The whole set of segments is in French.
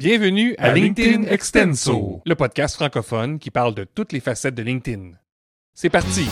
Bienvenue à LinkedIn Extenso, le podcast francophone qui parle de toutes les facettes de LinkedIn. C'est parti!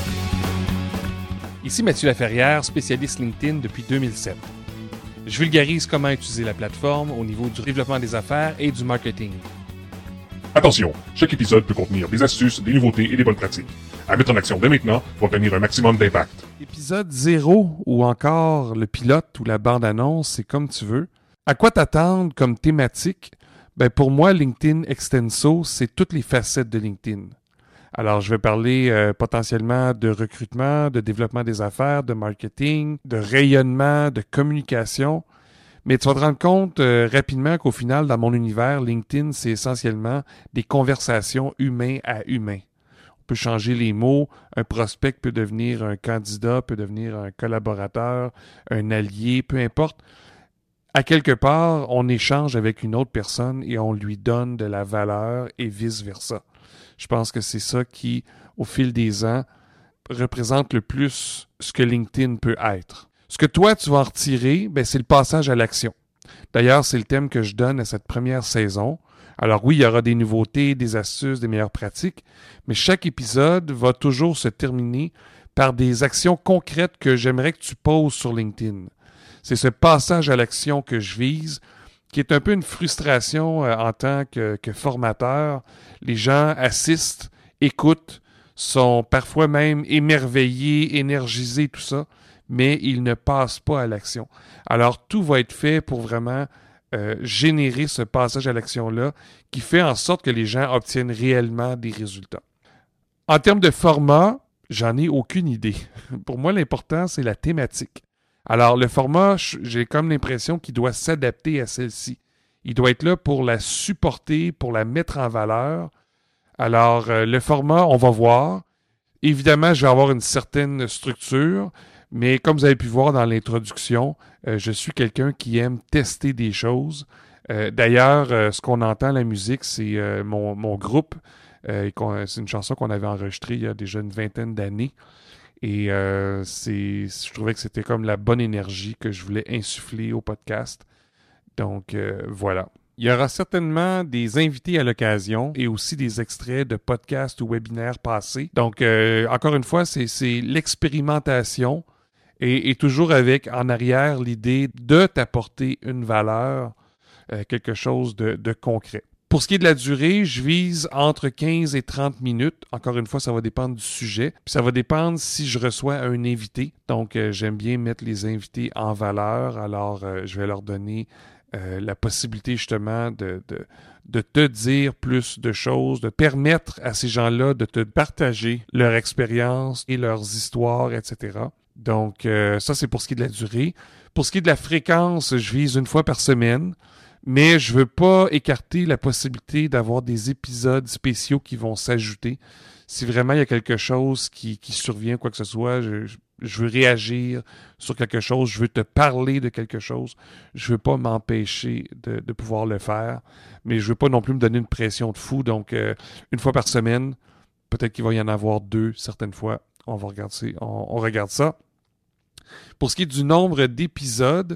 Ici Mathieu Laferrière, spécialiste LinkedIn depuis 2007. Je vulgarise comment utiliser la plateforme au niveau du développement des affaires et du marketing. Attention, chaque épisode peut contenir des astuces, des nouveautés et des bonnes pratiques. À mettre en action dès maintenant pour obtenir un maximum d'impact. Épisode 0 ou encore le pilote ou la bande-annonce, c'est comme tu veux. À quoi t'attendre comme thématique? Pour moi, LinkedIn Extenso, c'est toutes les facettes de LinkedIn. Alors, je vais parler potentiellement de recrutement, de développement des affaires, de marketing, de rayonnement, de communication. Mais tu vas te rendre compte rapidement qu'au final, dans mon univers, LinkedIn, c'est essentiellement des conversations humain à humain. On peut changer les mots. Un prospect peut devenir un candidat, peut devenir un collaborateur, un allié, peu importe. À quelque part, on échange avec une autre personne et on lui donne de la valeur et vice-versa. Je pense que c'est ça qui, au fil des ans, représente le plus ce que LinkedIn peut être. Ce que toi, tu vas en retirer, c'est le passage à l'action. D'ailleurs, c'est le thème que je donne à cette première saison. Alors oui, il y aura des nouveautés, des astuces, des meilleures pratiques, mais chaque épisode va toujours se terminer par des actions concrètes que j'aimerais que tu poses sur LinkedIn. C'est ce passage à l'action que je vise, qui est un peu une frustration en tant que formateur. Les gens assistent, écoutent, sont parfois même émerveillés, énergisés, tout ça, mais ils ne passent pas à l'action. Alors, tout va être fait pour vraiment générer ce passage à l'action-là qui fait en sorte que les gens obtiennent réellement des résultats. En termes de format, j'en ai aucune idée. Pour moi, l'important, c'est la thématique. Alors, le format, j'ai comme l'impression qu'il doit s'adapter à celle-ci. Il doit être là pour la supporter, pour la mettre en valeur. Alors, le format, on va voir. Évidemment, je vais avoir une certaine structure, mais comme vous avez pu voir dans l'introduction, je suis quelqu'un qui aime tester des choses. D'ailleurs, ce qu'on entend à la musique, c'est mon groupe. C'est une chanson qu'on avait enregistrée il y a déjà une vingtaine d'années. Et je trouvais que c'était comme la bonne énergie que je voulais insuffler au podcast. Donc, voilà. Il y aura certainement des invités à l'occasion et aussi des extraits de podcasts ou webinaires passés. Donc, encore une fois, c'est l'expérimentation et toujours avec en arrière l'idée de t'apporter une valeur, quelque chose de concret. Pour ce qui est de la durée, je vise entre 15 et 30 minutes. Encore une fois, ça va dépendre du sujet. Puis ça va dépendre si je reçois un invité. Donc, j'aime bien mettre les invités en valeur. Alors, je vais leur donner la possibilité justement de te dire plus de choses, de permettre à ces gens-là de te partager leur expérience et leurs histoires, etc. Donc, ça, c'est pour ce qui est de la durée. Pour ce qui est de la fréquence, je vise une fois par semaine. Mais je veux pas écarter la possibilité d'avoir des épisodes spéciaux qui vont s'ajouter. Si vraiment il y a quelque chose qui survient, quoi que ce soit, je veux réagir sur quelque chose, je veux te parler de quelque chose. Je veux pas m'empêcher de pouvoir le faire, mais je veux pas non plus me donner une pression de fou. Donc, une fois par semaine, peut-être qu'il va y en avoir 2 certaines fois. On regarde ça. Pour ce qui est du nombre d'épisodes,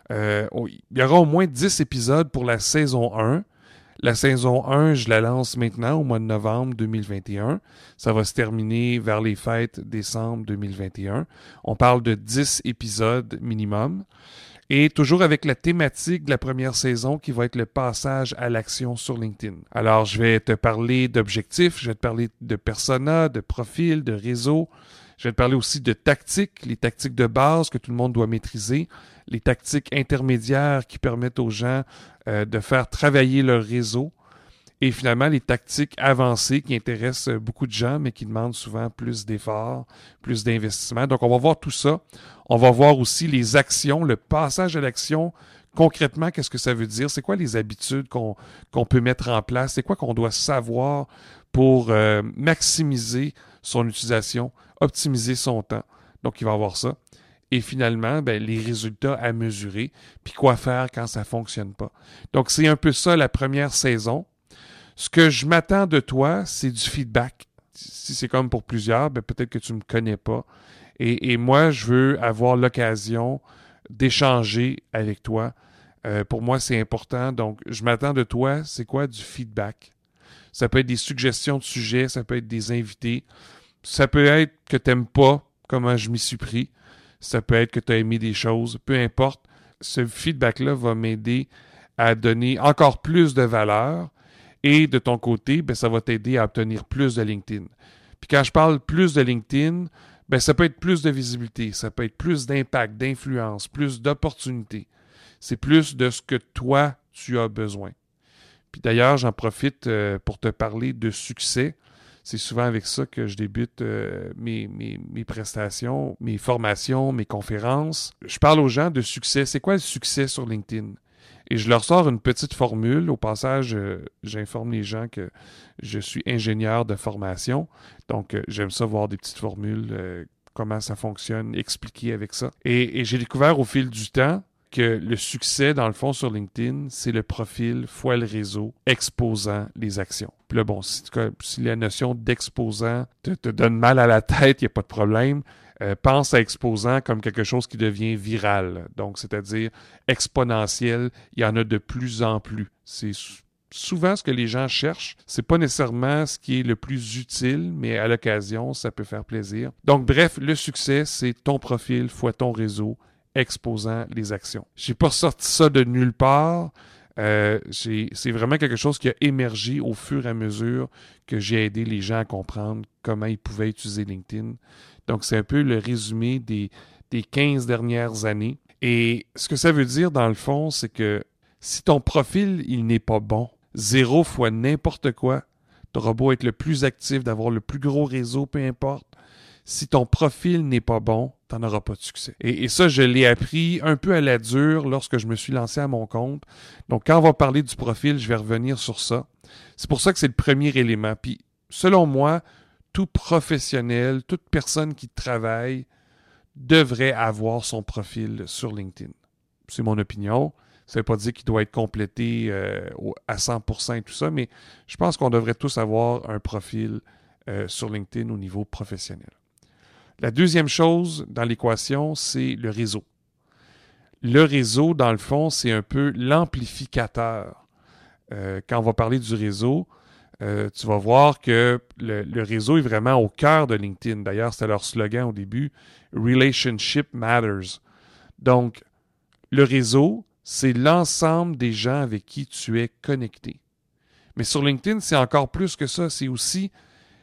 il y aura au moins 10 épisodes pour la saison 1. La saison 1, je la lance maintenant au mois de novembre 2021. Ça va se terminer vers les fêtes décembre 2021. On parle de 10 épisodes minimum. Et toujours avec la thématique de la première saison qui va être le passage à l'action sur LinkedIn. Alors, je vais te parler d'objectifs, je vais te parler de persona, de profil, de réseau. Je vais te parler aussi de tactiques, les tactiques de base que tout le monde doit maîtriser, les tactiques intermédiaires qui permettent aux gens de faire travailler leur réseau et finalement les tactiques avancées qui intéressent beaucoup de gens mais qui demandent souvent plus d'efforts, plus d'investissement. Donc, on va voir tout ça. On va voir aussi les actions, le passage à l'action. Concrètement, qu'est-ce que ça veut dire? C'est quoi les habitudes qu'on peut mettre en place? C'est quoi qu'on doit savoir pour maximiser son utilisation, optimiser son temps? Donc, il va y avoir ça. Et finalement, les résultats à mesurer, puis quoi faire quand ça ne fonctionne pas. Donc, c'est un peu ça la première saison. Ce que je m'attends de toi, c'est du feedback. Si c'est comme pour plusieurs, peut-être que tu ne me connais pas. Et moi, je veux avoir l'occasion d'échanger avec toi Pour moi, c'est important. Donc, je m'attends de toi, c'est quoi? Du feedback. Ça peut être des suggestions de sujets, ça peut être des invités. Ça peut être que tu n'aimes pas comment je m'y suis pris. Ça peut être que tu as aimé des choses. Peu importe, ce feedback-là va m'aider à donner encore plus de valeur. Et de ton côté, ben, ça va t'aider à obtenir plus de LinkedIn. Puis quand je parle plus de LinkedIn, ben, ça peut être plus de visibilité, ça peut être plus d'impact, d'influence, plus d'opportunités. C'est plus de ce que toi, tu as besoin. Puis d'ailleurs, j'en profite pour te parler de succès. C'est souvent avec ça que je débute mes prestations, mes formations, mes conférences. Je parle aux gens de succès. C'est quoi le succès sur LinkedIn? Et je leur sors une petite formule. Au passage, j'informe les gens que je suis ingénieur de formation. Donc, j'aime ça voir des petites formules, comment ça fonctionne, expliquer avec ça. Et j'ai découvert au fil du temps que le succès, dans le fond, sur LinkedIn, c'est le profil fois le réseau exposant les actions. Puis là, bon, si la notion d'exposant te donne mal à la tête, il n'y a pas de problème. Pense à exposant comme quelque chose qui devient viral. Donc, c'est-à-dire exponentiel, il y en a de plus en plus. C'est souvent ce que les gens cherchent. C'est pas nécessairement ce qui est le plus utile, mais à l'occasion, ça peut faire plaisir. Donc, bref, le succès, c'est ton profil fois ton réseau exposant les actions. J'ai pas sorti ça de nulle part. C'est vraiment quelque chose qui a émergé au fur et à mesure que j'ai aidé les gens à comprendre comment ils pouvaient utiliser LinkedIn. Donc, c'est un peu le résumé des 15 dernières années. Et ce que ça veut dire, dans le fond, c'est que si ton profil, il n'est pas bon, 0 fois n'importe quoi, tu auras beau être le plus actif, d'avoir le plus gros réseau, peu importe. Si ton profil n'est pas bon, tu n'en auras pas de succès. Et ça, je l'ai appris un peu à la dure lorsque je me suis lancé à mon compte. Donc, quand on va parler du profil, je vais revenir sur ça. C'est pour ça que c'est le premier élément. Puis, selon moi, tout professionnel, toute personne qui travaille devrait avoir son profil sur LinkedIn. C'est mon opinion. Ça ne veut pas dire qu'il doit être complété à 100% et tout ça, mais je pense qu'on devrait tous avoir un profil sur LinkedIn au niveau professionnel. La deuxième chose dans l'équation, c'est le réseau. Le réseau, dans le fond, c'est un peu l'amplificateur. Quand on va parler du réseau, tu vas voir que le réseau est vraiment au cœur de LinkedIn. D'ailleurs, c'était leur slogan au début, « Relationship Matters ». Donc, le réseau, c'est l'ensemble des gens avec qui tu es connecté. Mais sur LinkedIn, c'est encore plus que ça. C'est aussi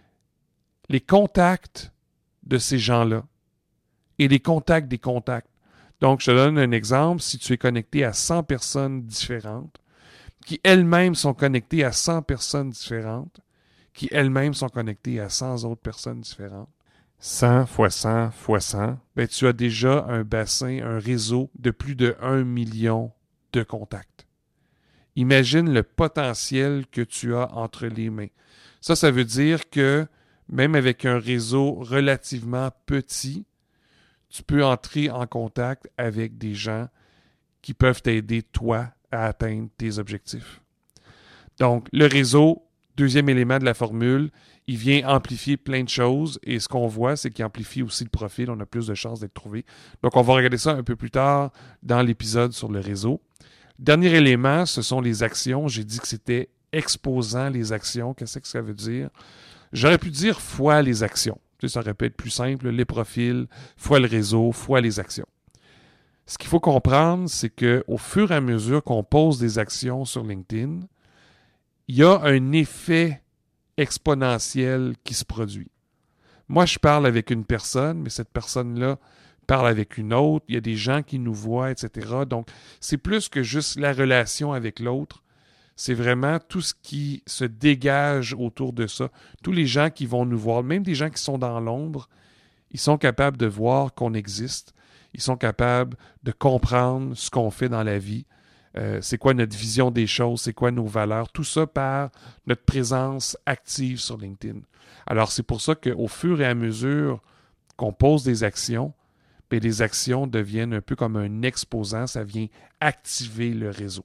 les contacts de ces gens-là et les contacts des contacts. Donc, je te donne un exemple. Si tu es connecté à 100 personnes différentes, qui elles-mêmes sont connectées à 100 personnes différentes, qui elles-mêmes sont connectées à 100 autres personnes différentes, 100 fois 100 fois 100, ben tu as déjà un bassin, un réseau de plus de 1 million de contacts. Imagine le potentiel que tu as entre les mains. Ça veut dire que même avec un réseau relativement petit, tu peux entrer en contact avec des gens qui peuvent t'aider, toi, à atteindre tes objectifs. Donc, le réseau, deuxième élément de la formule, il vient amplifier plein de choses et ce qu'on voit, c'est qu'il amplifie aussi le profil. On a plus de chances d'être trouvé. Donc, on va regarder ça un peu plus tard dans l'épisode sur le réseau. Dernier élément, ce sont les actions. J'ai dit que c'était exposant les actions. Qu'est-ce que ça veut dire? J'aurais pu dire fois les actions. Tu sais, ça aurait pu être plus simple, les profils, fois le réseau, fois les actions. Ce qu'il faut comprendre, c'est qu'au fur et à mesure qu'on pose des actions sur LinkedIn, il y a un effet exponentiel qui se produit. Moi, je parle avec une personne, mais cette personne-là parle avec une autre. Il y a des gens qui nous voient, etc. Donc, c'est plus que juste la relation avec l'autre. C'est vraiment tout ce qui se dégage autour de ça. Tous les gens qui vont nous voir, même des gens qui sont dans l'ombre, ils sont capables de voir qu'on existe. Ils sont capables de comprendre ce qu'on fait dans la vie. C'est quoi notre vision des choses, c'est quoi nos valeurs. Tout ça par notre présence active sur LinkedIn. Alors, c'est pour ça qu'au fur et à mesure qu'on pose des actions, bien, les actions deviennent un peu comme un exposant. Ça vient activer le réseau.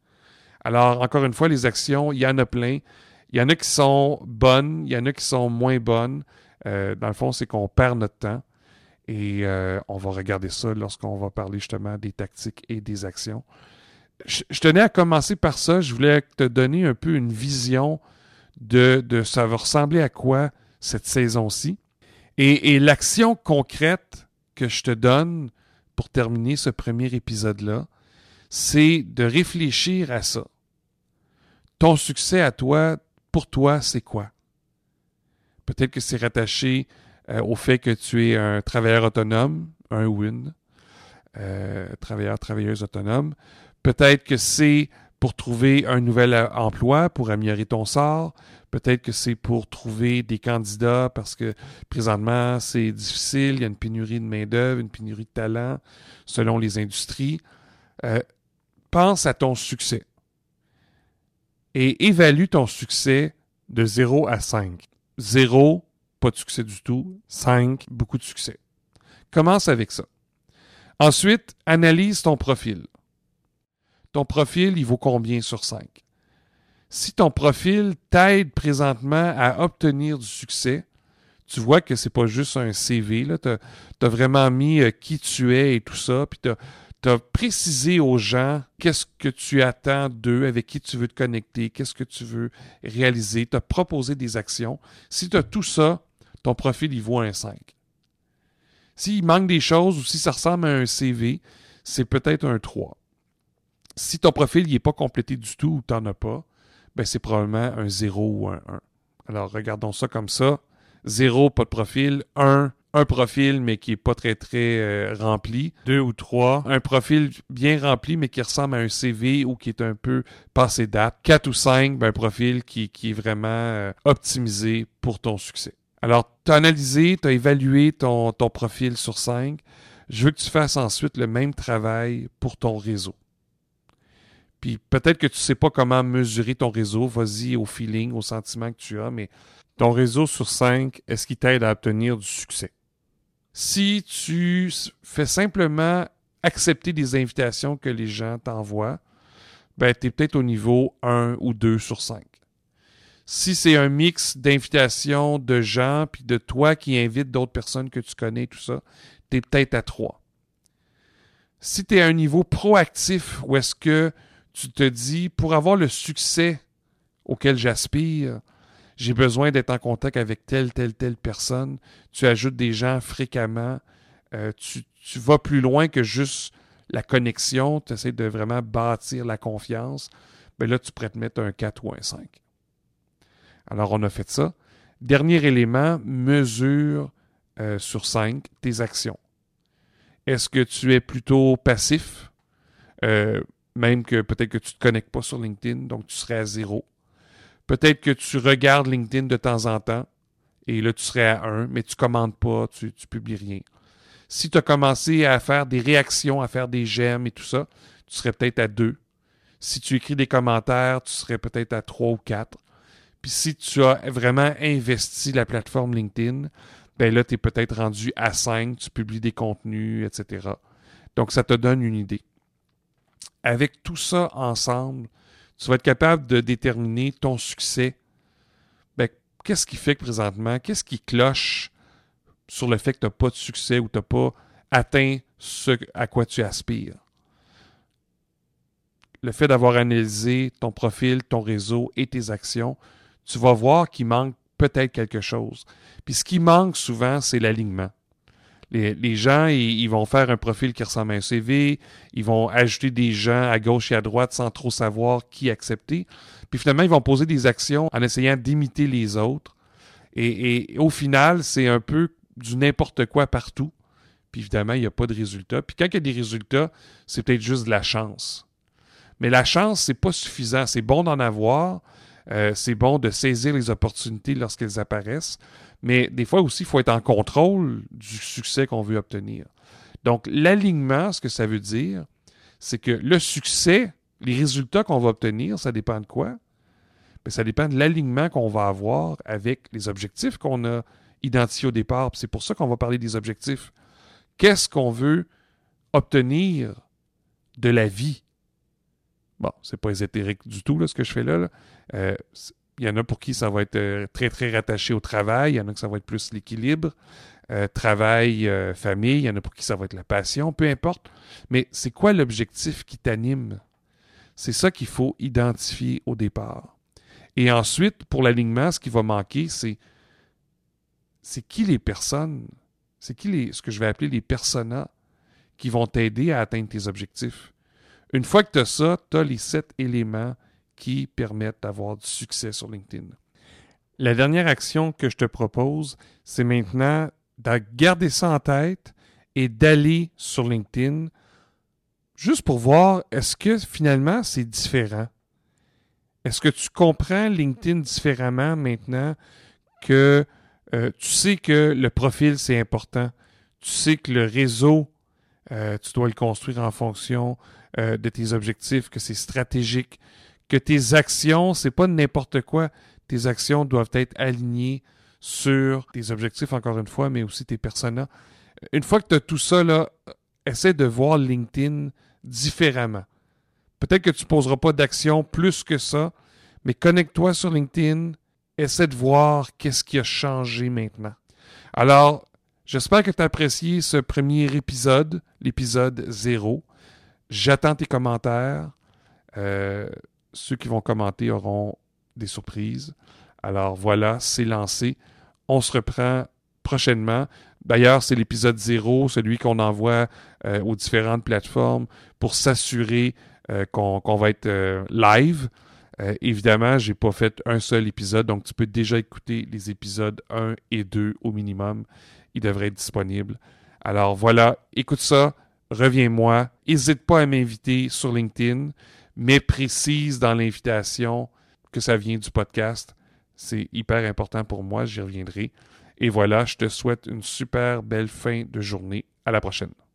Alors, encore une fois, les actions, il y en a plein. Il y en a qui sont bonnes, il y en a qui sont moins bonnes. Dans le fond, c'est qu'on perd notre temps. Et on va regarder ça lorsqu'on va parler justement des tactiques et des actions. je tenais à commencer par ça. Je voulais te donner un peu une vision de ça va ressembler à quoi cette saison-ci. Et l'action concrète que je te donne pour terminer ce premier épisode-là, c'est de réfléchir à ça. Ton succès à toi, pour toi, c'est quoi? Peut-être que c'est rattaché au fait que tu es un travailleur autonome, un ou une, travailleur, travailleuse autonome. Peut-être que c'est pour trouver un nouvel emploi, pour améliorer ton sort. Peut-être que c'est pour trouver des candidats parce que présentement, c'est difficile. Il y a une pénurie de main-d'œuvre, une pénurie de talent selon les industries. Pense à ton succès et évalue ton succès de 0 à 5. 0, pas de succès du tout. 5, beaucoup de succès. Commence avec ça. Ensuite, analyse ton profil. Ton profil, il vaut combien sur 5? Si ton profil t'aide présentement à obtenir du succès, tu vois que c'est pas juste un CV, tu as vraiment mis qui tu es et tout ça, puis tu as précisé aux gens qu'est-ce que tu attends d'eux, avec qui tu veux te connecter, qu'est-ce que tu veux réaliser, tu as proposé des actions. Si tu as tout ça, ton profil, il vaut un 5. S'il manque des choses ou si ça ressemble à un CV, c'est peut-être un 3. Si ton profil n'est pas complété du tout ou tu n'en as pas, ben c'est probablement un 0 ou un 1. Alors, regardons ça comme ça. 0, pas de profil. 1, un profil, mais qui n'est pas très, très rempli. 2 ou 3, un profil bien rempli, mais qui ressemble à un CV ou qui est un peu passé date. 4 ou 5, ben, un profil qui est vraiment optimisé pour ton succès. Alors, tu as analysé, tu as évalué ton profil sur 5. Je veux que tu fasses ensuite le même travail pour ton réseau. Puis peut-être que tu ne sais pas comment mesurer ton réseau. Vas-y au feeling, au sentiment que tu as, mais ton réseau sur 5, est-ce qu'il t'aide à obtenir du succès? Si tu fais simplement accepter des invitations que les gens t'envoient, ben, tu es peut-être au niveau 1 ou 2 sur 5. Si c'est un mix d'invitations de gens, puis de toi qui invites d'autres personnes que tu connais, tout ça, tu es peut-être à 3. Si tu es à un niveau proactif, où est-ce que tu te dis, pour avoir le succès auquel j'aspire, j'ai besoin d'être en contact avec telle personne. Tu ajoutes des gens fréquemment. Tu vas plus loin que juste la connexion. Tu essaies de vraiment bâtir la confiance. Ben là, tu pourrais te mettre un 4 ou un 5. Alors, on a fait ça. Dernier élément, mesure sur 5 tes actions. Est-ce que tu es plutôt passif? Même que peut-être que tu ne te connectes pas sur LinkedIn, donc tu serais à 0. Peut-être que tu regardes LinkedIn de temps en temps, et là, tu serais à 1, mais tu ne commandes pas, tu ne publies rien. Si tu as commencé à faire des réactions, à faire des j'aime et tout ça, tu serais peut-être à 2. Si tu écris des commentaires, tu serais peut-être à 3 ou 4. Puis si tu as vraiment investi la plateforme LinkedIn, ben là, tu es peut-être rendu à 5, tu publies des contenus, etc. Donc, ça te donne une idée. Avec tout ça ensemble, tu vas être capable de déterminer ton succès. Ben, qu'est-ce qui fait que présentement, qu'est-ce qui cloche sur le fait que tu n'as pas de succès ou tu n'as pas atteint ce à quoi tu aspires? Le fait d'avoir analysé ton profil, ton réseau et tes actions, tu vas voir qu'il manque peut-être quelque chose. Puis ce qui manque souvent, c'est l'alignement. Les gens, ils vont faire un profil qui ressemble à un CV, ils vont ajouter des gens à gauche et à droite sans trop savoir qui accepter. Puis finalement, ils vont poser des actions en essayant d'imiter les autres. Et au final, c'est un peu du n'importe quoi partout. Puis évidemment, il n'y a pas de résultat. Puis quand il y a des résultats, c'est peut-être juste de la chance. Mais la chance, c'est pas suffisant. C'est bon d'en avoir. C'est bon de saisir les opportunités lorsqu'elles apparaissent. Mais des fois aussi, il faut être en contrôle du succès qu'on veut obtenir. Donc, l'alignement, ce que ça veut dire, c'est que le succès, les résultats qu'on va obtenir, ça dépend de quoi? Bien, ça dépend de l'alignement qu'on va avoir avec les objectifs qu'on a identifiés au départ. Puis c'est pour ça qu'on va parler des objectifs. Qu'est-ce qu'on veut obtenir de la vie? Bon, c'est pas ésotérique du tout, là, ce que je fais là. Il y en a pour qui ça va être très, très rattaché au travail. Il y en a que ça va être plus l'équilibre. Travail, famille. Il y en a pour qui ça va être la passion. Peu importe. Mais c'est quoi l'objectif qui t'anime? C'est ça qu'il faut identifier au départ. Et ensuite, pour l'alignement, ce qui va manquer, c'est qui les personnes, ce que je vais appeler les personas qui vont t'aider à atteindre tes objectifs. Une fois que tu as ça, tu as les 7 éléments qui permettent d'avoir du succès sur LinkedIn. La dernière action que je te propose, c'est maintenant de garder ça en tête et d'aller sur LinkedIn juste pour voir est-ce que finalement c'est différent. Est-ce que tu comprends LinkedIn différemment maintenant que tu sais que le profil c'est important, tu sais que le réseau, tu dois le construire en fonction de tes objectifs, que c'est stratégique, que tes actions, c'est pas n'importe quoi. Tes actions doivent être alignées sur tes objectifs, encore une fois, mais aussi tes personas. Une fois que tu as tout ça, là, essaie de voir LinkedIn différemment. Peut-être que tu ne poseras pas d'action plus que ça, mais connecte-toi sur LinkedIn, essaie de voir qu'est-ce qui a changé maintenant. Alors, j'espère que tu as apprécié ce premier épisode, l'épisode 0. J'attends tes commentaires. Ceux qui vont commenter auront des surprises. Alors voilà, c'est lancé. On se reprend prochainement. D'ailleurs, c'est l'épisode 0, celui qu'on envoie aux différentes plateformes pour s'assurer qu'on va être live. Évidemment, je n'ai pas fait un seul épisode, donc tu peux déjà écouter les épisodes 1 et 2 au minimum. Ils devraient être disponibles. Alors voilà, écoute ça, reviens-moi. N'hésite pas à m'inviter sur LinkedIn, mais précise dans l'invitation que ça vient du podcast. C'est hyper important pour moi, j'y reviendrai. Et voilà, je te souhaite une super belle fin de journée. À la prochaine.